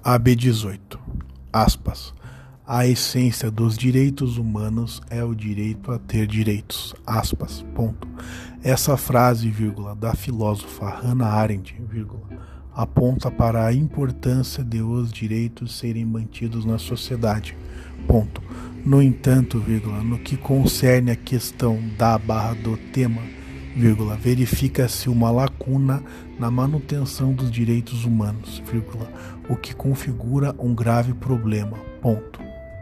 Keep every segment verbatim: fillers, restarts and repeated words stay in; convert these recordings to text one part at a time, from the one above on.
A B dezoito, aspas, a essência dos direitos humanos é o direito a ter direitos, aspas, ponto. Essa frase, vírgula, da filósofa Hannah Arendt, vírgula, aponta para a importância de os direitos serem mantidos na sociedade, ponto. No entanto, vírgula, no que concerne a questão da barra do tema, vírgula, verifica-se uma lacuna na manutenção dos direitos humanos, vírgula, o que configura um grave problema, ponto.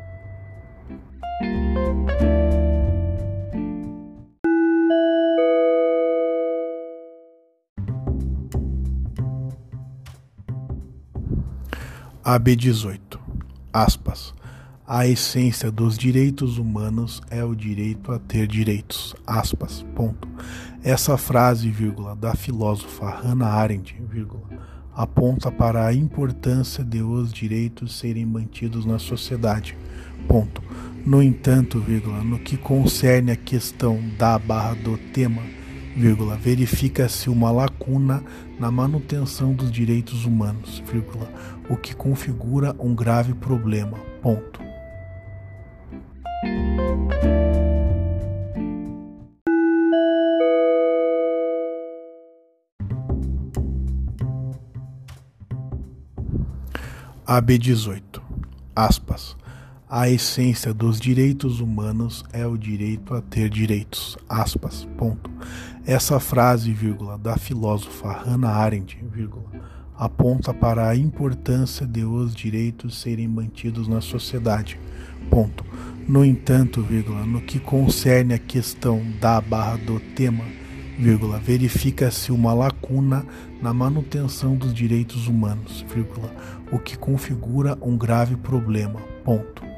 A B dezoito, aspas, a essência dos direitos humanos é o direito a ter direitos, aspas, ponto. Essa frase, vírgula, da filósofa Hannah Arendt, vírgula, aponta para a importância de os direitos serem mantidos na sociedade, ponto. No entanto, vírgula, no que concerne a questão da barra do tema, vírgula, verifica-se uma lacuna na manutenção dos direitos humanos, vírgula, o que configura um grave problema, ponto. A B dezoito, aspas, a essência dos direitos humanos é o direito a ter direitos, aspas, ponto. Essa frase, vírgula, da filósofa Hannah Arendt, vírgula, aponta para a importância de os direitos serem mantidos na sociedade, ponto. No entanto, vírgula, no que concerne a questão da barra do tema, vírgula, verifica-se uma lacuna na manutenção dos direitos humanos, vírgula, o que configura um grave problema, ponto.